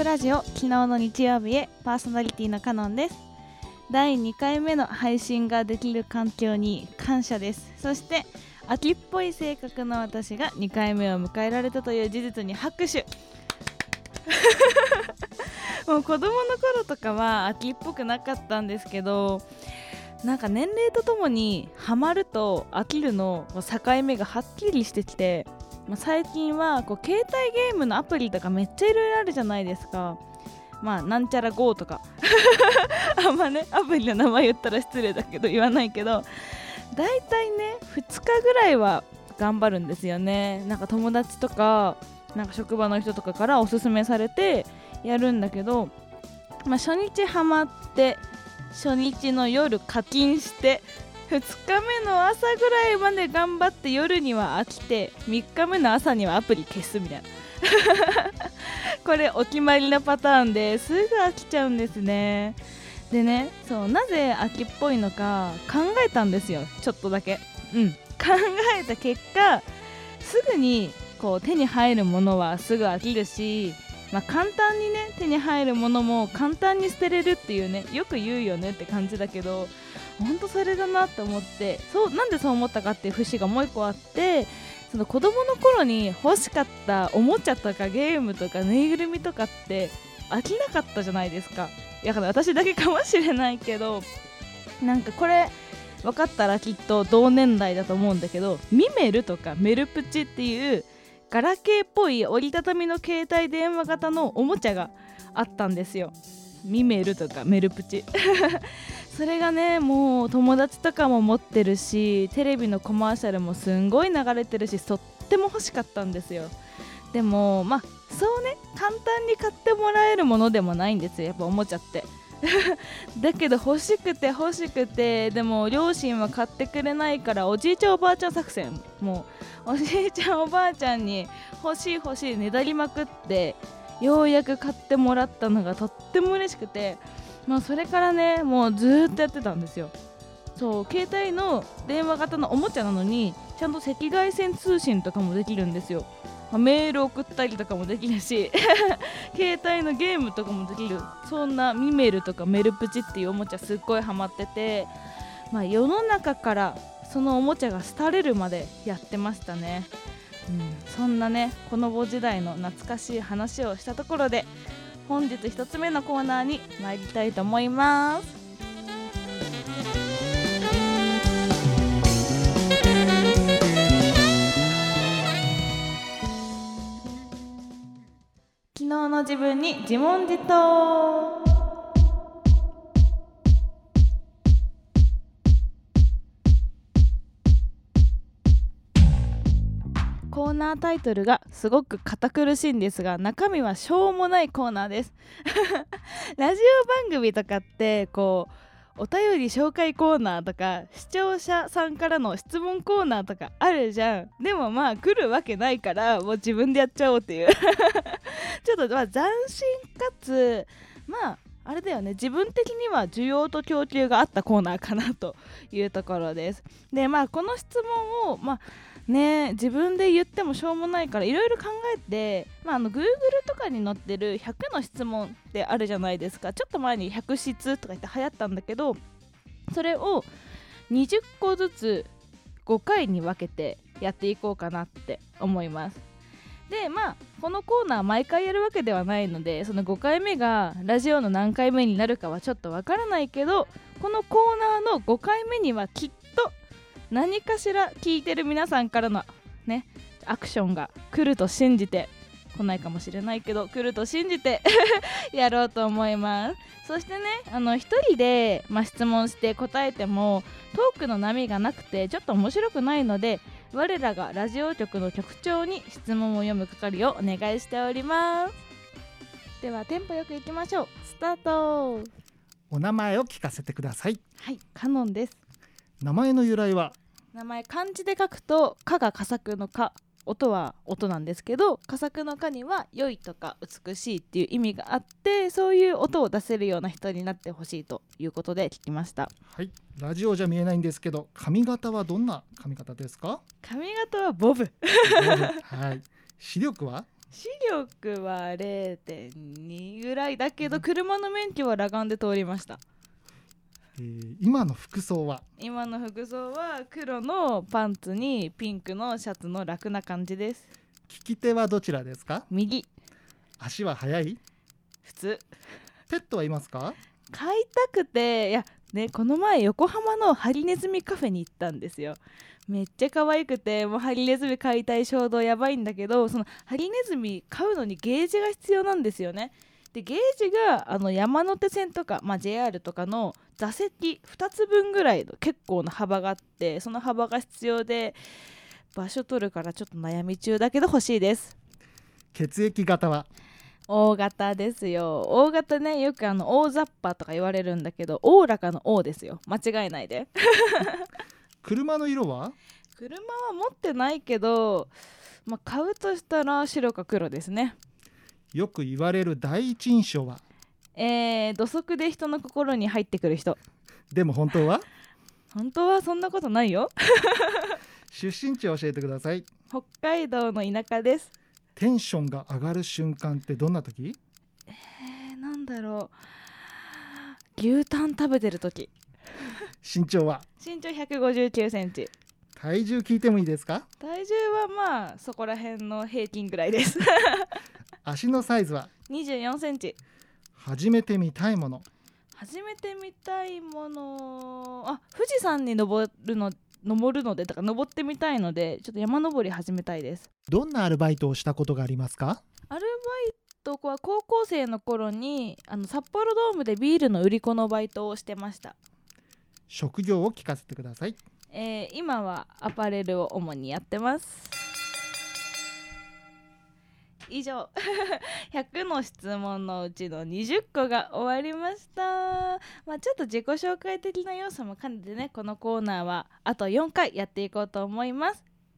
クラジオ昨日の日曜日へ、パーソナリティのカノンです。第2回目の配信ができる環境に感謝です。そして秋っぽい性格の私が2回目を迎えられたという事実に拍手もう子供の頃とかは秋っぽくなかったんですけど、なんか年齢とともにハマると飽きるの境目がはっきりしてきて、最近は携帯ゲームのアプリとかめっちゃいろいろあるじゃないですか。なんちゃら GO とかあんまねアプリの名前言ったら失礼だけど言わないけど、だいたいね2日ぐらいは頑張るんですよね。なんか友達とかなんか職場の人とかからおすすめされてやるんだけど、初日ハマって初日の夜課金して2日目の朝ぐらいまで頑張って夜には飽きて3日目の朝にはアプリ消すみたいなこれお決まりのパターンですぐ飽きちゃうんですね。でね、なぜ秋っぽいのか考えたんですよ、ちょっとだけ。考えた結果、すぐに手に入るものはすぐ飽きるし、簡単にね手に入るものも簡単に捨てれるっていうね、よく言うよねって感じだけど、ほんとそれだなと思って、なんでそう思ったかっていう節がもう一個あって、その子供の頃に欲しかったおもちゃとかゲームとかぬいぐるみとかって飽きなかったじゃないですか。だから私だけかもしれないけど、なんかこれ分かったらきっと同年代だと思うんだけど、ミメルとかメルプチっていうガラケーっぽい折りたたみの携帯電話型のおもちゃがあったんですよ。ミメルとかメルプチそれがね、もう友達とかも持ってるし、テレビのコマーシャルもすんごい流れてるし、とっても欲しかったんですよ。でもそうね、簡単に買ってもらえるものでもないんですよ、やっぱおもちゃってだけど欲しくて、でも両親は買ってくれないから、おじいちゃんおばあちゃん作戦、もうおじいちゃんおばあちゃんに欲しいねだりまくって、ようやく買ってもらったのがとっても嬉しくて、それからねもうずっとやってたんですよ。携帯の電話型のおもちゃなのにちゃんと赤外線通信とかもできるんですよ。メール送ったりとかもできるし携帯のゲームとかもできる、そんなミメルとかメルプチっていうおもちゃすっごいハマってて、世の中からそのおもちゃが廃れるまでやってましたね。そんなねこのぼ時代の懐かしい話をしたところで、本日一つ目のコーナーに参りたいと思います。昨日の自分に自問自答。コーナータイトルがすごく堅苦しいんですが、中身はしょうもないコーナーですラジオ番組とかってお便り紹介コーナーとか視聴者さんからの質問コーナーとかあるじゃん。でも来るわけないからもう自分でやっちゃおうっていうちょっと斬新かつあれだよね、自分的には需要と供給があったコーナーかなというところです。でこの質問を自分で言ってもしょうもないからいろいろ考えて、Google とかに載ってる100の質問ってあるじゃないですか。ちょっと前に100質とか言って流行ったんだけど、それを20個ずつ5回に分けてやっていこうかなって思います。でこのコーナー毎回やるわけではないので、その5回目がラジオの何回目になるかはちょっとわからないけど、このコーナーの5回目にはきっと何かしら聞いてる皆さんからのねアクションが来ると信じて、来ないかもしれないけど来ると信じてやろうと思います。そしてね一人で、質問して答えてもトークの波がなくてちょっと面白くないので、我らがラジオ局の局長に質問を読む係をお願いしております。ではテンポよくいきましょう。スタート。 お名前を聞かせてください。 はい、カノンです。 名前の由来は？ 名前漢字で書くとかが佳作のか、音は音なんですけど、佳作のかには良いとか美しいっていう意味があって、そういう音を出せるような人になってほしいということで聞きました。 はい、ラジオじゃ見えないんですけど、髪型はどんな髪型ですか？ 髪型はボブはい。視力は？ 視力は 0.2 ぐらいだけど、車の免許は裸眼で通りました。 今の服装は？ 今の服装は黒のパンツにピンクのシャツの楽な感じです。 利き手はどちらですか？ 右。 足は速い？ 普通。 ペットはいますか？ 飼いたくて、いやね、この前横浜のハリネズミカフェに行ったんですよ。めっちゃ可愛くて、もうハリネズミ飼いたい衝動やばいんだけど、そのハリネズミ飼うのにゲージが必要なんですよね。でゲージが山手線とか、JR とかの座席2つ分ぐらいの結構な幅があって、その幅が必要で場所取るからちょっと悩み中だけど欲しいです。 血液型は？ 大型ですよ。大型ね、よく大雑把とか言われるんだけど、おおらかの王ですよ。間違えないで。 車の色は？ 車は持ってないけど、買うとしたら白か黒ですね。 よく言われる第一印象は？ 土足で人の心に入ってくる人。 でも本当は？ 本当はそんなことないよ。 出身地を教えてください。 北海道の田舎です。 テンションが上がる瞬間ってどんな時？ なんだろう、牛タン食べてる時。 身長は？ 身長159センチ。 体重聞いてもいいですか？ 体重はそこら辺の平均ぐらいです。 足のサイズは？ 24センチ。 始めてみたいもの？ 始めてみたいもの、富士山に登るので、だから登ってみたいので、ちょっと山登り始めたいです。 どんなアルバイトをしたことがありますか？ アルバイトは高校生の頃に札幌ドームでビールの売り子のバイトをしてました。 職業を聞かせてください。 今はアパレルを主にやってます。以上100の質問のうちの20個が終わりました。ちょっと自己紹介的な要素も兼ねてね、このコーナーはあと4回やっていこうと思います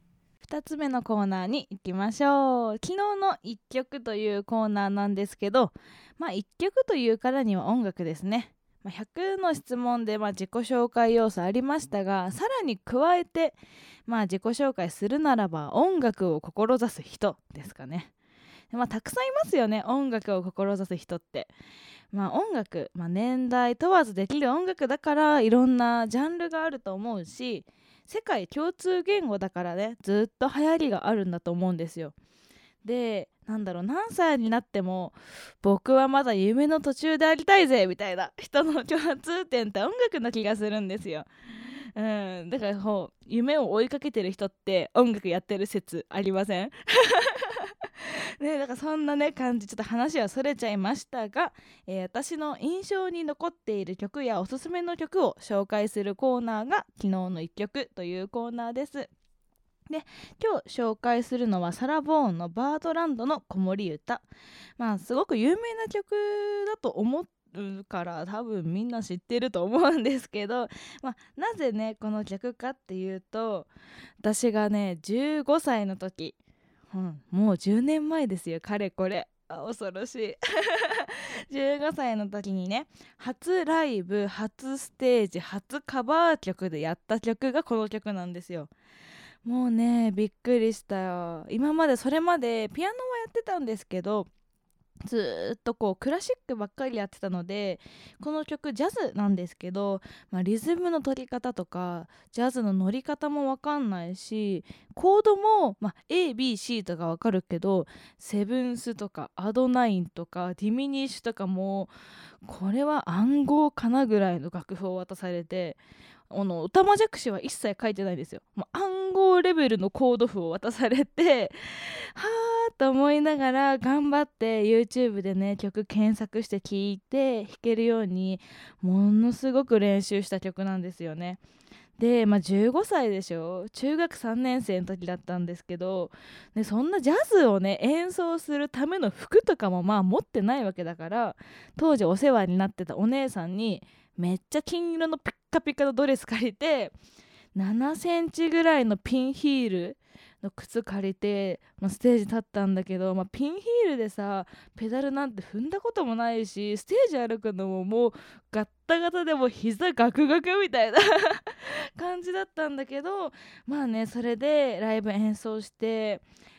。2つ目のコーナーに行きましょう。昨日の1曲というコーナーなんですけど、1曲というからには音楽ですね。100の質問で自己紹介要素ありましたが、さらに加えて自己紹介するならば音楽を志す人ですかね。たくさんいますよね、音楽を志す人って。音楽、年代問わずできる音楽だからいろんなジャンルがあると思うし、世界共通言語だからね、ずっと流行りがあるんだと思うんですよ。で、何歳になっても僕はまだ夢の途中でありたいぜみたいな人の共通点って音楽な気がするんですよ。だから夢を追いかけてる人って音楽やってる説ありません？ね、だからそんなね感じ、ちょっと話はそれちゃいましたが、私の印象に残っている曲やおすすめの曲を紹介するコーナーが昨日の1曲というコーナーです。で、今日紹介するのはサラ・ボーンのバードランドの子守歌。すごく有名な曲だと思うから多分みんな知ってると思うんですけど、なぜねこの曲かっていうと、私がね15歳の時、もう10年前ですよ、かれこれ。恐ろしい。15歳の時にね、初ライブ、初ステージ、初カバー曲でやった曲がこの曲なんですよ。もうねびっくりしたよ。今までそれまでピアノはやってたんですけど、ずっとクラシックばっかりやってたので、この曲ジャズなんですけど、リズムの取り方とかジャズの乗り方も分かんないし、コードも、ABC とか分かるけど、セブンスとかアドナインとかディミニッシュとかも、これは暗号かなぐらいの楽譜を渡されて、歌まじゃくしは一切書いてないんですよ。暗号レベルのコード譜を渡されて、はーと思いながら頑張って YouTube でね曲検索して聴いて弾けるようにものすごく練習した曲なんですよね。で、15歳でしょ、中学3年生の時だったんですけど、でそんなジャズをね演奏するための服とかも持ってないわけだから、当時お世話になってたお姉さんにめっちゃ金色のピッカピカのドレス借りて、7センチぐらいのピンヒールの靴借りて、ステージ立ったんだけど、ピンヒールでさペダルなんて踏んだこともないし、ステージ歩くのももうガッタガタでも膝ガクガクみたいな感じだったんだけど、それでライブ演奏して、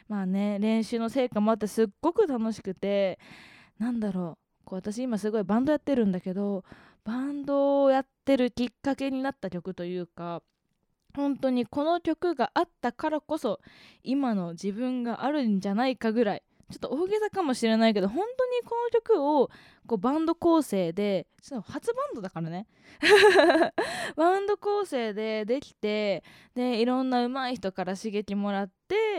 まあね、練習の成果もあってすっごく楽しくて、私今すごいバンドやってるんだけど、バンドをやってるきっかけになった曲というか、本当にこの曲があったからこそ今の自分があるんじゃないかぐらい、ちょっと大げさかもしれないけど、本当にこの曲をバンド構成で、ちょっと初バンドだからねバンド構成でできて、でいろんな上手い人から刺激もらって、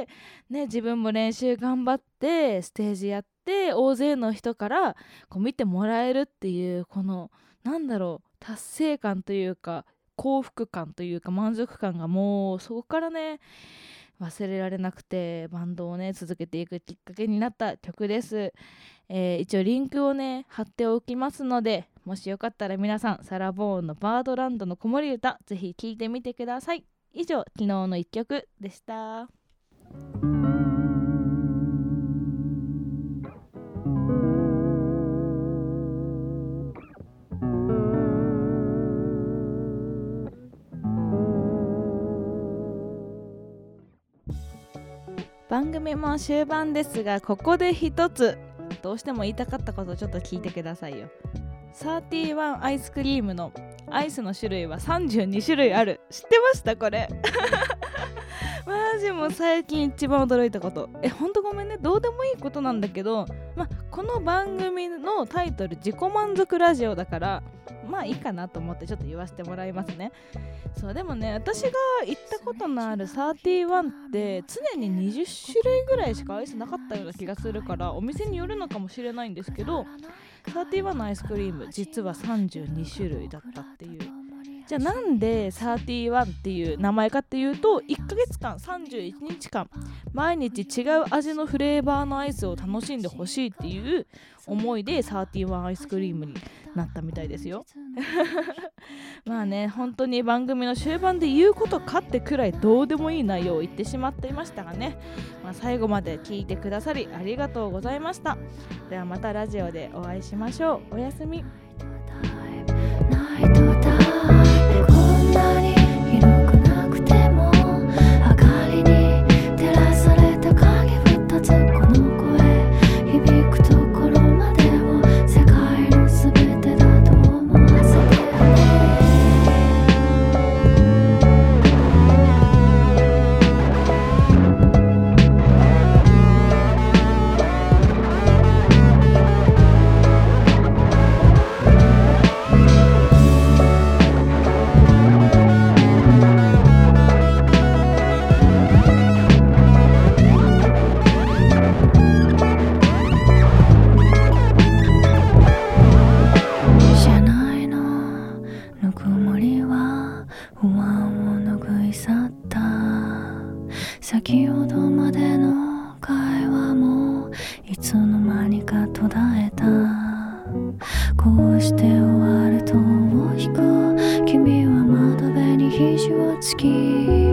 自分も練習頑張ってステージやって、大勢の人から見てもらえるっていう、この達成感というか幸福感というか満足感が、もうそこからね忘れられなくて、バンドをね続けていくきっかけになった曲です。一応リンクをね貼っておきますので、もしよかったら皆さんサラ・ボーンのバードランドの子守歌ぜひ聴いてみてください。以上、昨日の一曲でした。番組も終盤ですが、ここで一つどうしても言いたかったことをちょっと聞いてくださいよ。31アイスクリームのアイスの種類は32種類ある。知ってましたこれマジもう最近一番驚いたこと。ほんとごめんね、どうでもいいことなんだけど、この番組のタイトル自己満足ラジオだから、いいかなと思ってちょっと言わせてもらいますね。そうでもね、私が行ったことのある31って常に20種類ぐらいしかアイスなかったような気がするから、お店によるのかもしれないんですけど、31のアイスクリーム実は32種類だったっていう。じゃあなんで31っていう名前かっていうと、1ヶ月間31日間毎日違う味のフレーバーのアイスを楽しんでほしいっていう思いで31アイスクリームになったみたいですよ本当に番組の終盤で言うことかってくらいどうでもいい内容を言ってしまっていましたがね、最後まで聞いてくださりありがとうございました。ではまたラジオでお会いしましょう。おやすみ。こんなに広くなくても明かりに照らされた影二つ、この声響くところまでを世界のすべてだと思わせて先ほどまでの会話もいつの間にか途絶えた。こうして終わるとを引く、君は窓辺に肘をつき